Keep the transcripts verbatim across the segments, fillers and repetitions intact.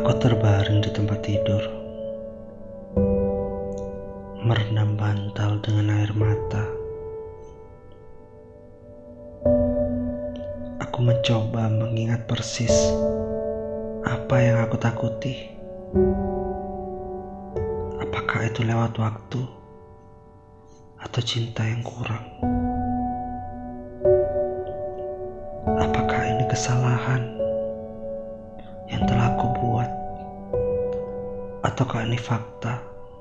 Aku terbaring di tempat tidur, merendam bantal dengan air mata. Aku mencoba mengingat persis apa yang aku takuti. Apakah itu lewat waktu atau cinta yang kurang? Apakah ini kesalahan yang telah aku buat, ataukah ini fakta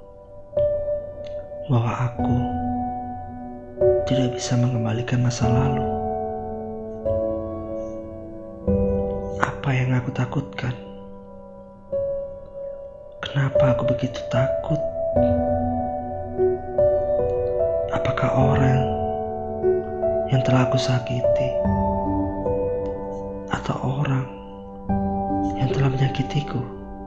bahwa aku tidak bisa mengembalikan masa lalu? Apa yang aku takutkan? Kenapa aku begitu takut? Apakah orang yang telah aku sakiti atau orang yang telah menyakitiku?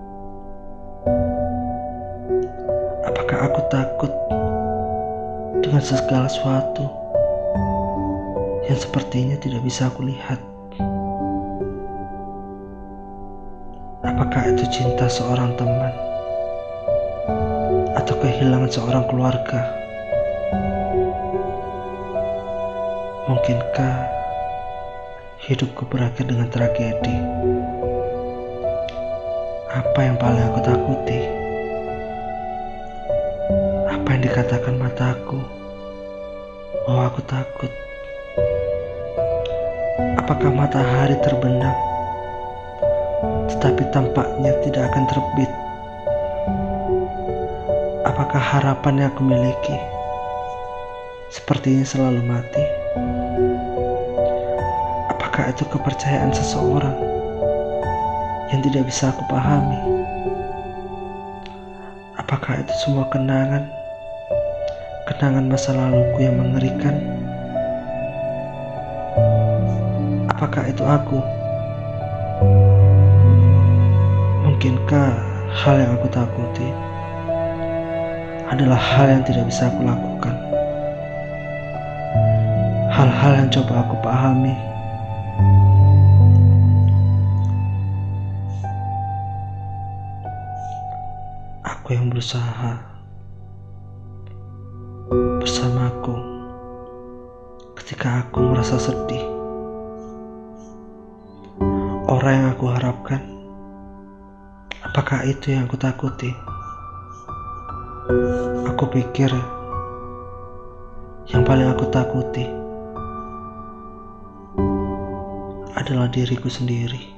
Apakah aku takut dengan segala sesuatu yang sepertinya tidak bisa aku lihat? Apakah itu cinta seorang teman atau kehilangan seorang keluarga? Mungkinkah hidupku berakhir dengan tragedi? Apa yang paling aku takuti? Apa yang dikatakan mataku bahwa aku takut? Apakah matahari terbenam tetapi tampaknya tidak akan terbit? Apakah harapan yang aku miliki sepertinya selalu mati? Apakah itu kepercayaan seseorang yang tidak bisa aku pahami? Apakah itu semua kenangan Kenangan masa laluku yang mengerikan? Apakah itu aku? Mungkinkah hal yang aku takuti adalah hal yang tidak bisa aku lakukan? Hal-hal yang coba aku pahami. Aku yang berusaha bersamaku ketika aku merasa sedih. Orang yang aku harapkan, apakah itu yang aku takuti? Aku pikir yang paling aku takuti adalah diriku sendiri.